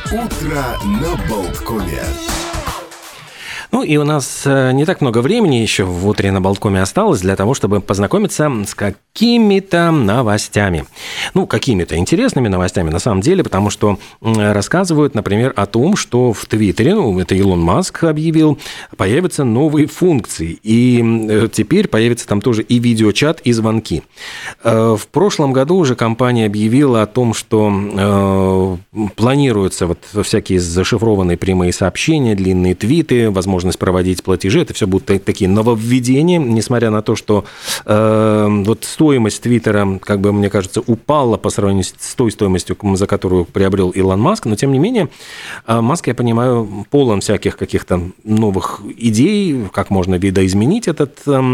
Утро на Болткоме. Ну и у нас не так много времени еще в утре на Болткоме осталось для того, чтобы познакомиться с какими-то новостями. Ну, какими-то интересными новостями на самом деле, потому что рассказывают, например, о том, что в Твиттере, это Илон Маск объявил, появятся новые функции. И теперь появится там тоже и видеочат, и звонки. В прошлом году уже компания объявила о том, что планируются вот всякие зашифрованные прямые сообщения, длинные твиты, возможность проводить платежи. Это все будут такие нововведения, несмотря на то, что вот стоимость Твиттера, как бы, мне кажется, упала по сравнению с той стоимостью, за которую приобрел Илон Маск, но, тем не менее, Маск, я понимаю, полон всяких каких-то новых идей, как можно видоизменить этот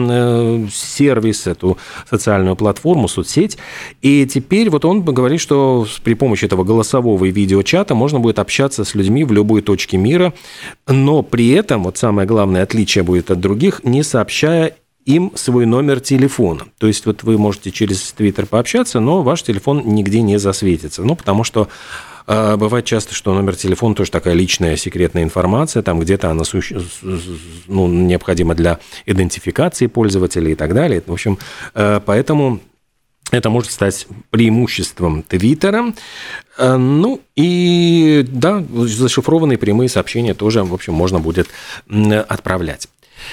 сервис, эту социальную платформу, соцсеть. И теперь вот он говорит, что при помощи этого голосового и видеочата можно будет общаться с людьми в любой точке мира, но при этом, вот самое главное отличие будет от других, не сообщая им свой номер телефона. То есть вот вы можете через Твиттер пообщаться, но ваш телефон нигде не засветится. Ну, потому что бывает часто, что номер телефона тоже такая личная секретная информация, там где-то она необходима для идентификации пользователя и так далее. В общем, поэтому это может стать преимуществом Твиттера. Ну и да, зашифрованные прямые сообщения тоже, в общем, можно будет отправлять.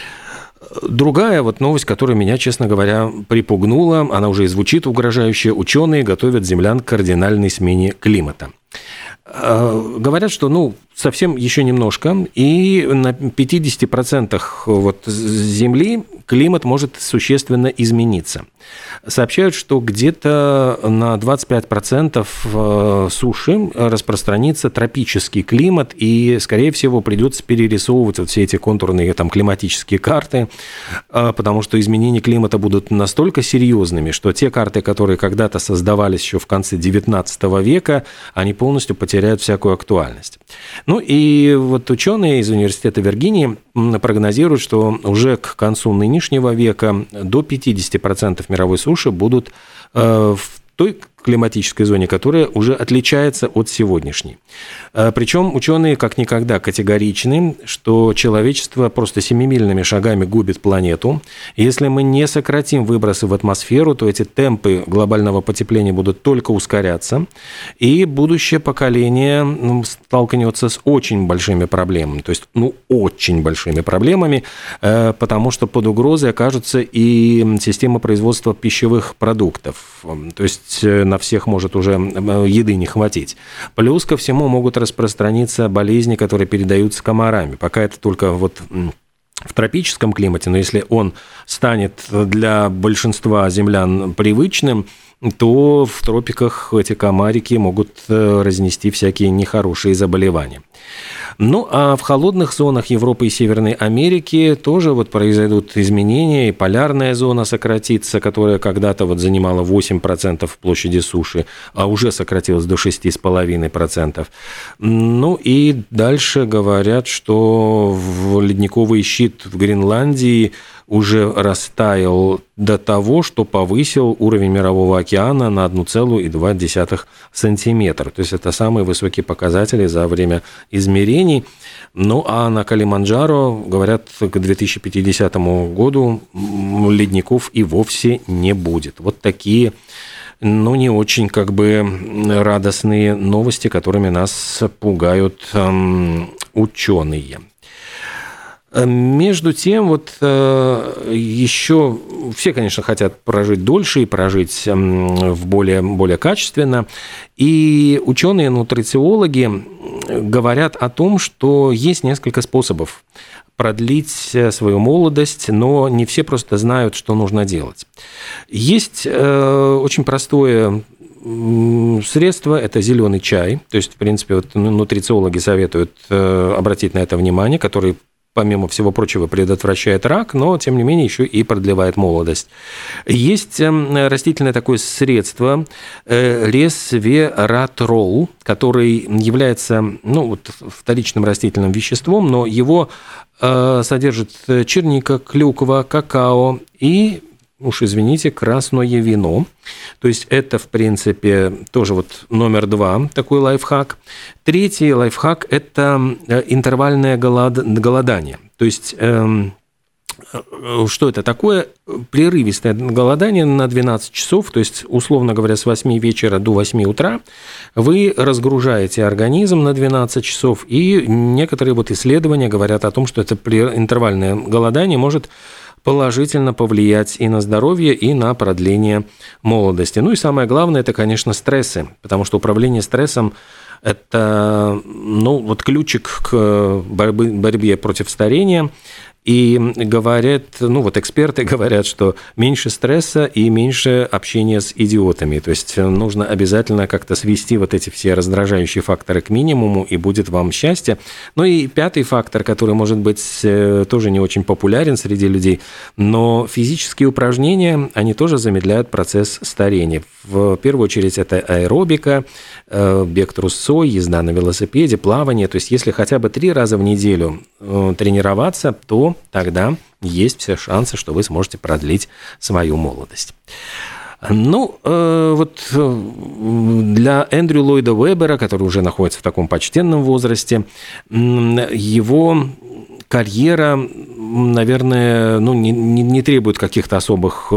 Другая вот новость, которая меня, честно говоря, припугнула, она уже и звучит угрожающе. Ученые готовят землян к кардинальной смене климата. Говорят, что совсем еще немножко, и на 50% вот Земли климат может существенно измениться. Сообщают, что где-то на 25% суши распространится тропический климат, и, скорее всего, придется перерисовывать вот все эти контурные климатические карты, потому что изменения климата будут настолько серьезными, что те карты, которые когда-то создавались еще в конце XIX века, они полностью потеряют всякую актуальность. Ну и вот ученые из Университета Виргинии прогнозируют, что уже к концу нынешнего века до 50% мировой суши будут в той климатической зоне, которая уже отличается от сегодняшней. Причем ученые как никогда категоричны, что человечество просто семимильными шагами губит планету. Если мы не сократим выбросы в атмосферу, то эти темпы глобального потепления будут только ускоряться, и будущее поколение столкнется с очень большими проблемами, то есть, очень большими проблемами, потому что под угрозой окажется и система производства пищевых продуктов, то есть на всех может уже еды не хватить. Плюс ко всему могут распространиться болезни, которые передаются комарами. Пока это только вот в тропическом климате, но если он станет для большинства землян привычным, то в тропиках эти комарики могут разнести всякие нехорошие заболевания. Ну, а в холодных зонах Европы и Северной Америки тоже вот произойдут изменения, и полярная зона сократится, которая когда-то вот занимала 8% площади суши, а уже сократилась до 6,5%. Ну, и дальше говорят, что ледниковый щит в Гренландии уже растаял до того, что повысил уровень Мирового океана на 1,2 сантиметра. То есть это самые высокие показатели за время измерений. Ну, а на Килиманджаро, говорят, к 2050 году ледников и вовсе не будет. Вот такие, не очень радостные новости, которыми нас пугают ученые. Между тем, еще все, конечно, хотят прожить дольше и прожить более качественно. И ученые-нутрициологи говорят о том, что есть несколько способов продлить свою молодость, но не все просто знают, что нужно делать. Есть очень простое средство – это зеленый чай. То есть, в принципе, нутрициологи советуют обратить на это внимание, который, помимо всего прочего, предотвращает рак, но, тем не менее, еще и продлевает молодость. Есть растительное такое средство ресвератрол, который является вторичным растительным веществом, но его содержит черника, клюква, какао и уж извините, красное вино. То есть это, в принципе, тоже вот номер 2, такой лайфхак. Третий лайфхак – это интервальное голодание. То есть что это такое? Прерывистое голодание на 12 часов, то есть, условно говоря, с 8 вечера до 8 утра вы разгружаете организм на 12 часов, и некоторые вот исследования говорят о том, что это интервальное голодание может положительно повлиять и на здоровье, и на продление молодости. Ну и самое главное, это, конечно, стрессы, потому что управление стрессом – это вот ключик к борьбе против старения. И говорят, эксперты говорят, что меньше стресса и меньше общения с идиотами. То есть нужно обязательно как-то свести вот эти все раздражающие факторы к минимуму, и будет вам счастье. Ну и пятый фактор, который, может быть, тоже не очень популярен среди людей, но физические упражнения, они тоже замедляют процесс старения. В первую очередь это аэробика, бег трусцой, езда на велосипеде, плавание. То есть если хотя бы 3 раза в неделю тренироваться, то тогда есть все шансы, что вы сможете продлить свою молодость. Вот для Эндрю Ллойда Уэббера, который уже находится в таком почтенном возрасте, его карьера, наверное, не требует каких-то особых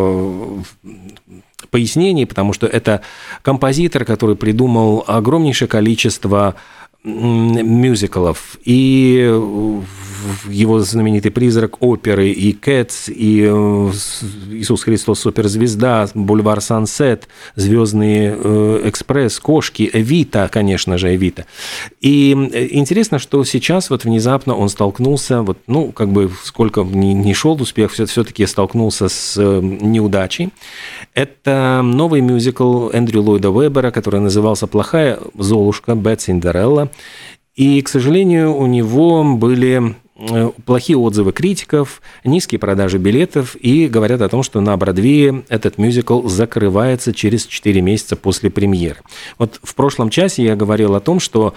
пояснений, потому что это композитор, который придумал огромнейшее количество мюзиклов, и его знаменитый «Призрак оперы», и «Кэтс», и «Иисус Христос суперзвезда», «Бульвар Сансет», «Звездный экспресс», «Кошки», «Эвита», конечно же, «Эвита». И интересно, что сейчас вот внезапно он столкнулся, сколько ни шел успех, все-таки столкнулся с неудачей. Это новый мюзикл Эндрю Ллойда Уэббера, который назывался «Плохая Золушка», «Bad Cinderella». И, к сожалению, у него были плохие отзывы критиков, низкие продажи билетов, и говорят о том, что на Бродвее этот мюзикл закрывается через 4 месяца после премьеры. Вот в прошлом часе я говорил о том, что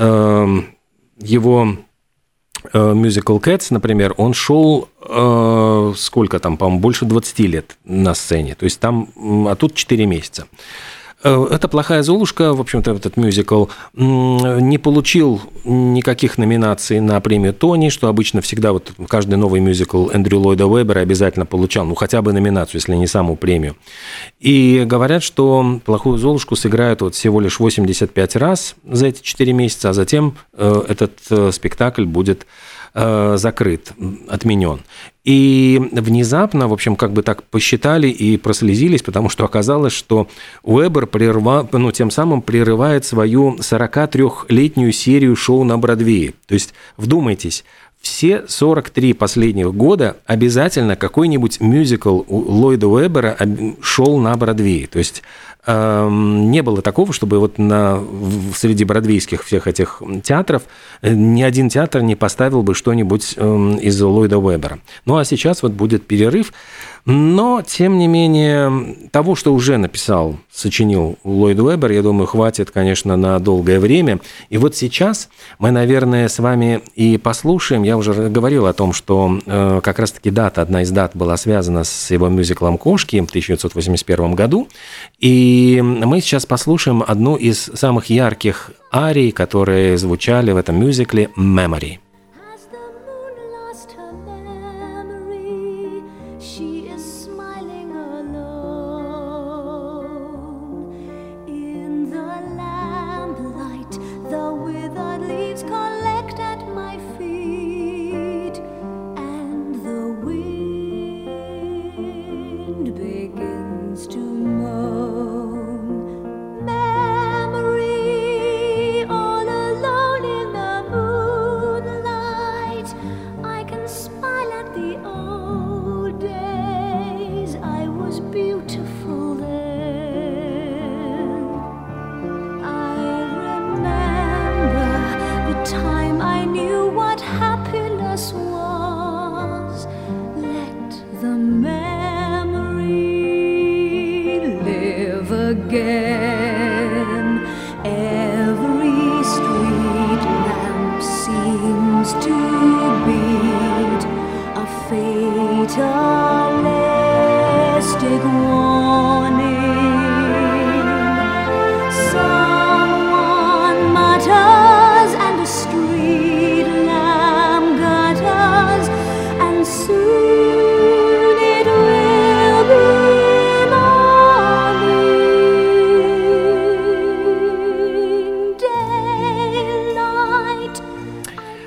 его мюзикл «Кэтс», например, он шел по-моему, больше 20 лет на сцене, то есть там, а тут 4 месяца. Это «Плохая Золушка», в общем-то, этот мюзикл не получил никаких номинаций на премию Тони, что обычно всегда каждый новый мюзикл Эндрю Ллойда Уэббера обязательно получал, хотя бы номинацию, если не саму премию. И говорят, что «Плохую Золушку» сыграют всего лишь 85 раз за эти 4 месяца, а затем этот спектакль будет закрыт, отменен. И внезапно, в общем, так посчитали и прослезились, потому что оказалось, что Уэббер тем самым прерывает свою 43-летнюю серию шоу на Бродвее. То есть, вдумайтесь, все 43 последних года обязательно какой-нибудь мюзикл Ллойда Уэббера шел на Бродвее. То есть не было такого, чтобы среди бродвейских всех этих театров ни один театр не поставил бы что-нибудь из Ллойда Уэббера. Ну, а сейчас будет перерыв. Но, тем не менее, того, что уже сочинил Ллойд Уэббер, я думаю, хватит, конечно, на долгое время. И вот сейчас мы, наверное, с вами и послушаем. Я уже говорил о том, что как раз-таки одна из дат была связана с его мюзиклом «Кошки» в 1981 году. И мы сейчас послушаем одну из самых ярких арий, которые звучали в этом мюзикле «Memory». Memory, all alone in the moonlight.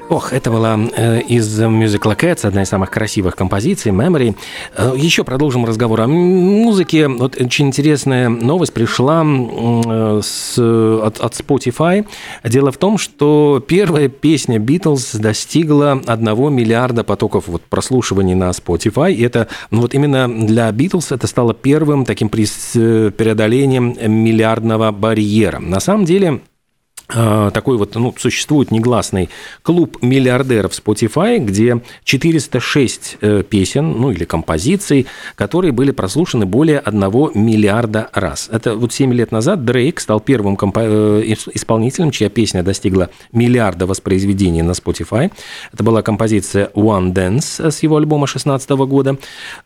Ох, это была из мюзикла Cats, одна из самых красивых композиций, Memory. Еще продолжим разговор о музыке. Вот очень интересная новость пришла от Spotify. Дело в том, что первая песня Beatles достигла 1 миллиарда потоков прослушиваний на Spotify. И это именно для Beatles это стало первым таким преодолением миллиардного барьера. На самом деле, такой существует негласный клуб миллиардеров Spotify, где 406 песен, или композиций, которые были прослушаны более 1 миллиарда раз. Это 7 лет назад Дрейк стал первым исполнителем, чья песня достигла миллиарда воспроизведений на Spotify. Это была композиция One Dance с его альбома 2016 года.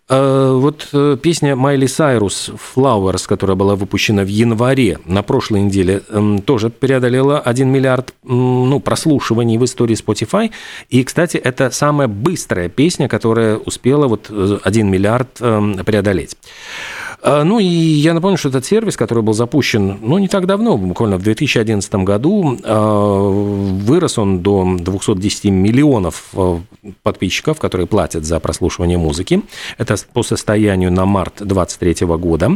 Песня Майли Сайрус Flowers, которая была выпущена в январе на прошлой неделе, тоже преодолела 1 миллиард прослушиваний в истории Spotify. И, кстати, это самая быстрая песня, которая успела 1 миллиард преодолеть. И я напомню, что этот сервис, который был запущен, не так давно, буквально в 2011 году, вырос он до 210 миллионов подписчиков, которые платят за прослушивание музыки. Это по состоянию на март 2023 года.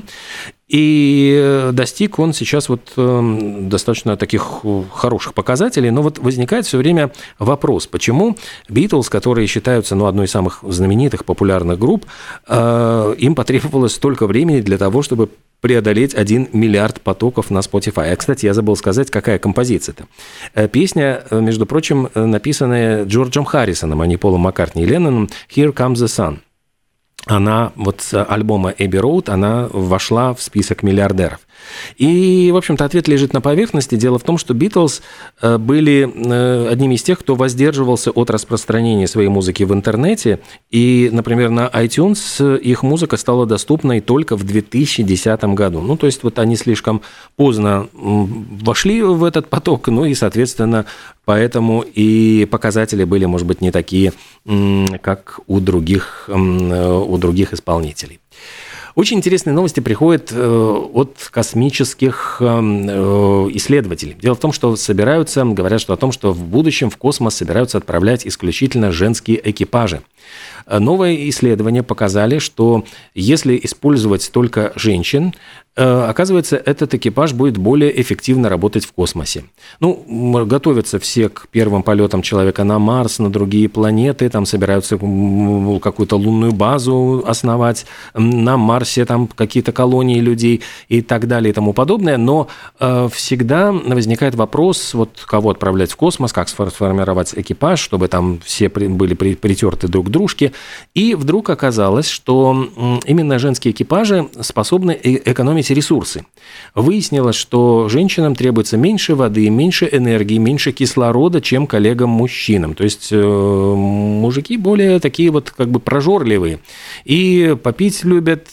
И достиг он сейчас достаточно таких хороших показателей. Но возникает все время вопрос, почему Beatles, которые считаются одной из самых знаменитых, популярных групп, им потребовалось столько времени для того, чтобы преодолеть 1 миллиард потоков на Spotify. Кстати, я забыл сказать, какая композиция-то. Песня, между прочим, написанная Джорджем Харрисоном, а не Полом Маккартни и Ленноном, «Here Comes the Sun». Она с альбома Abbey Road, она вошла в список миллиардеров. И, в общем-то, ответ лежит на поверхности. Дело в том, что Beatles были одними из тех, кто воздерживался от распространения своей музыки в интернете. И, например, на iTunes их музыка стала доступной только в 2010 году. То есть они слишком поздно вошли в этот поток, и, соответственно, поэтому и показатели были, может быть, не такие, как у других исполнителей. Очень интересные новости приходят от космических исследователей. Дело в том, что говорят о том, что в будущем в космос собираются отправлять исключительно женские экипажи. Новые исследования показали, что если использовать только женщин, оказывается, этот экипаж будет более эффективно работать в космосе. Готовятся все к первым полетам человека на Марс, на другие планеты, там собираются какую-то лунную базу основать, на Марсе там какие-то колонии людей и так далее и тому подобное. Но всегда возникает вопрос, кого отправлять в космос, как сформировать экипаж, чтобы там все были притерты друг к дружке. И вдруг оказалось, что именно женские экипажи способны экономить ресурсы. Выяснилось, что женщинам требуется меньше воды, меньше энергии, меньше кислорода, чем коллегам-мужчинам. То есть мужики более такие прожорливые. И попить любят,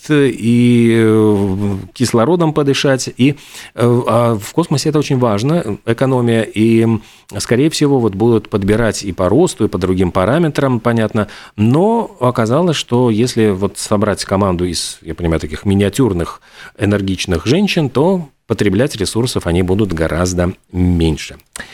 и кислородом подышать. А в космосе это очень важно, экономия. И, скорее всего, будут подбирать и по росту, и по другим параметрам, понятно. Но оказалось, что если собрать команду из, я понимаю, таких миниатюрных энергичных женщин, то потреблять ресурсов они будут гораздо меньше.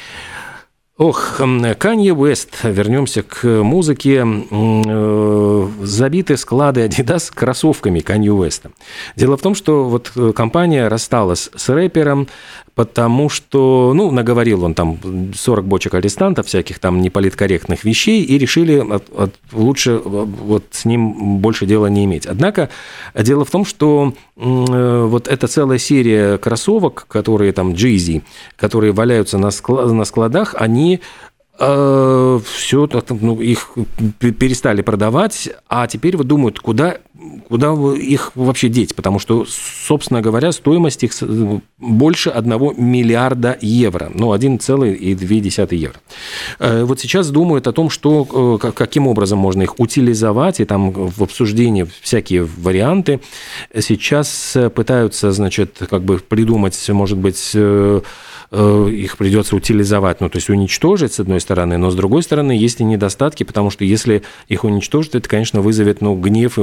Канье Уэст. Вернемся к музыке. Забиты склады Adidas кроссовками Канье Уэста. Дело в том, что компания рассталась с рэпером, потому что, наговорил он там 40 бочек арестантов, всяких там неполиткорректных вещей, и решили лучше с ним больше дела не иметь. Однако дело в том, что эта целая серия кроссовок, которые там Yeezy, которые валяются на складах, они все, их перестали продавать, а теперь думают, куда их вообще деть, потому что, собственно говоря, стоимость их больше 1 миллиарда евро, 1,2 евро. Сейчас думают о том, что, каким образом можно их утилизовать, и там в обсуждении всякие варианты. Сейчас пытаются, придумать, может быть, их придется утилизовать, то есть уничтожить, с одной стороны, но с другой стороны есть и недостатки, потому что если их уничтожить, это, конечно, вызовет гнев и возмущение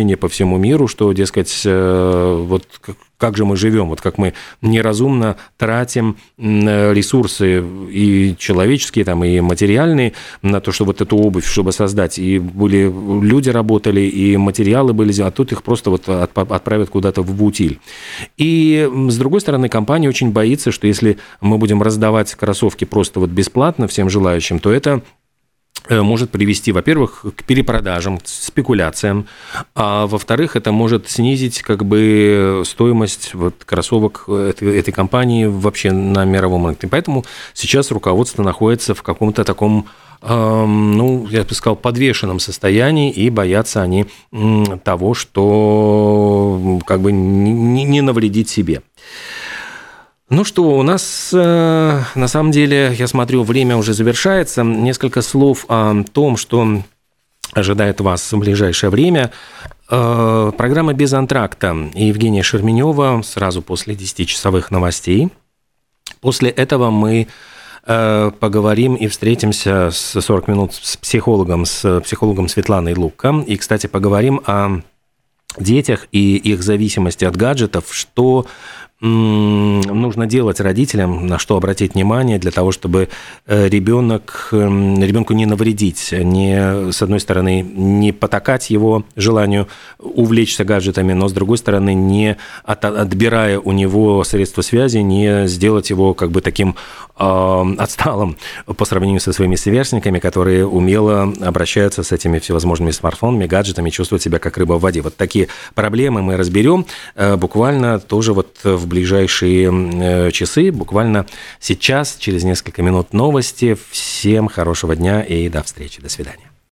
возмущение по всему миру, что, дескать, вот как же мы живем, вот как мы неразумно тратим ресурсы и человеческие, там, и материальные на то, чтобы вот эту обувь, чтобы создать. И были люди работали, и материалы были, а тут их просто вот отправят куда-то в утиль. И, с другой стороны, компания очень боится, что если мы будем раздавать кроссовки просто вот бесплатно всем желающим, то это может привести, во-первых, к перепродажам, к спекуляциям, а во-вторых, это может снизить как бы стоимость вот кроссовок этой компании вообще на мировом рынке. Поэтому сейчас руководство находится в каком-то таком, ну, я бы сказал, подвешенном состоянии, и боятся они того, что как бы не навредить себе. Ну что, у нас, на самом деле, я смотрю, время уже завершается. Несколько слов о том, что ожидает вас в ближайшее время. Программа «Без антракта» и Евгения Шерменева сразу после 10-часовых новостей. После этого мы поговорим и встретимся с 40 минут с психологом Светланой Лукко. И, кстати, поговорим о детях и их зависимости от гаджетов, что нужно делать родителям, на что обратить внимание для того, чтобы ребенку не навредить, с одной стороны, не потакать его желанию увлечься гаджетами, но с другой стороны, не отбирая у него средства связи, не сделать его как бы таким отсталым по сравнению со своими сверстниками, которые умело обращаются с этими всевозможными смартфонами, гаджетами, чувствуют себя как рыба в воде. Вот такие проблемы мы разберем буквально тоже вот в ближайшие часы, буквально сейчас, через несколько минут новости. Всем хорошего дня и до встречи. До свидания.